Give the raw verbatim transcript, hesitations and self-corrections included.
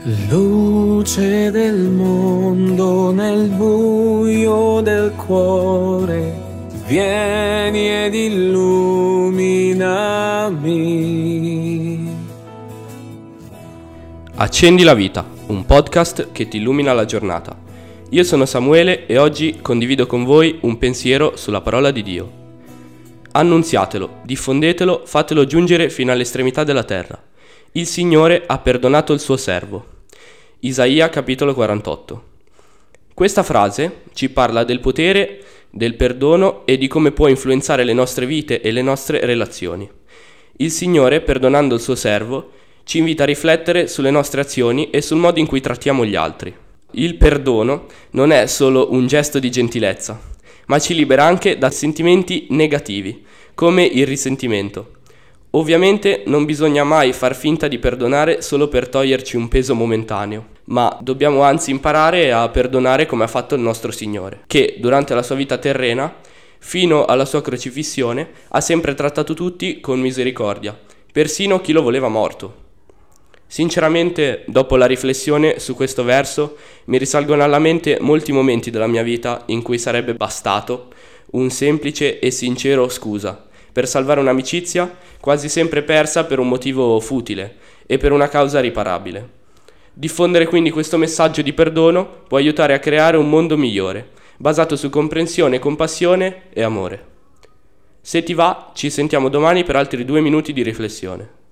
Luce del mondo nel buio del cuore, vieni ed illuminami. Accendi la vita, un podcast che ti illumina la giornata. Io sono Samuele e oggi condivido con voi un pensiero sulla parola di Dio. Annunziatelo, diffondetelo, fatelo giungere fino all'estremità della terra. Il Signore ha perdonato il suo servo. Isaia capitolo quarantotto. Questa frase ci parla del potere, del perdono e di come può influenzare le nostre vite e le nostre relazioni. Il Signore, perdonando il suo servo, ci invita a riflettere sulle nostre azioni e sul modo in cui trattiamo gli altri. Il perdono non è solo un gesto di gentilezza, ma ci libera anche da sentimenti negativi, come il risentimento. Ovviamente non bisogna mai far finta di perdonare solo per toglierci un peso momentaneo, ma dobbiamo anzi imparare a perdonare come ha fatto il nostro Signore, che durante la sua vita terrena, fino alla sua crocifissione, ha sempre trattato tutti con misericordia, persino chi lo voleva morto. Sinceramente, dopo la riflessione su questo verso, mi risalgono alla mente molti momenti della mia vita in cui sarebbe bastato un semplice e sincero scusa per salvare un'amicizia quasi sempre persa per un motivo futile e per una causa riparabile. Diffondere quindi questo messaggio di perdono può aiutare a creare un mondo migliore, basato su comprensione, compassione e amore. Se ti va, ci sentiamo domani per altri due minuti di riflessione.